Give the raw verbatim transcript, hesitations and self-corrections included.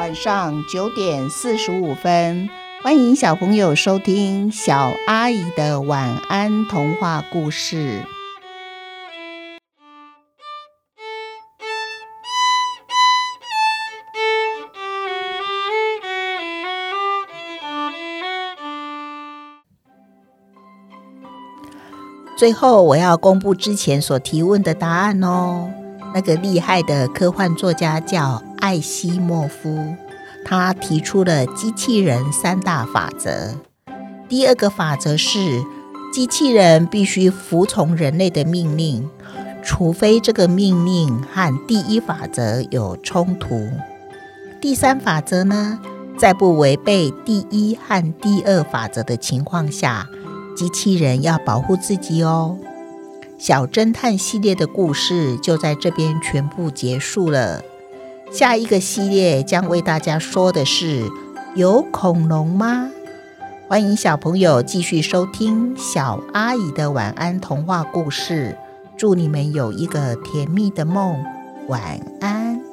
晚上九点四十五分，欢迎小朋友收听小阿姨的晚安童话故事。最后我要公布之前所提问的答案哦。那个厉害的科幻作家叫艾西莫夫，他提出了机器人三大法则。第二个法则是，机器人必须服从人类的命令，除非这个命令和第一法则有冲突。第三法则呢，在不违背第一和第二法则的情况下，机器人要保护自己哦。小侦探系列的故事就在这边全部结束了。下一个系列将为大家说的是，有恐龙吗？欢迎小朋友继续收听小阿姨的晚安童话故事，祝你们有一个甜蜜的梦，晚安。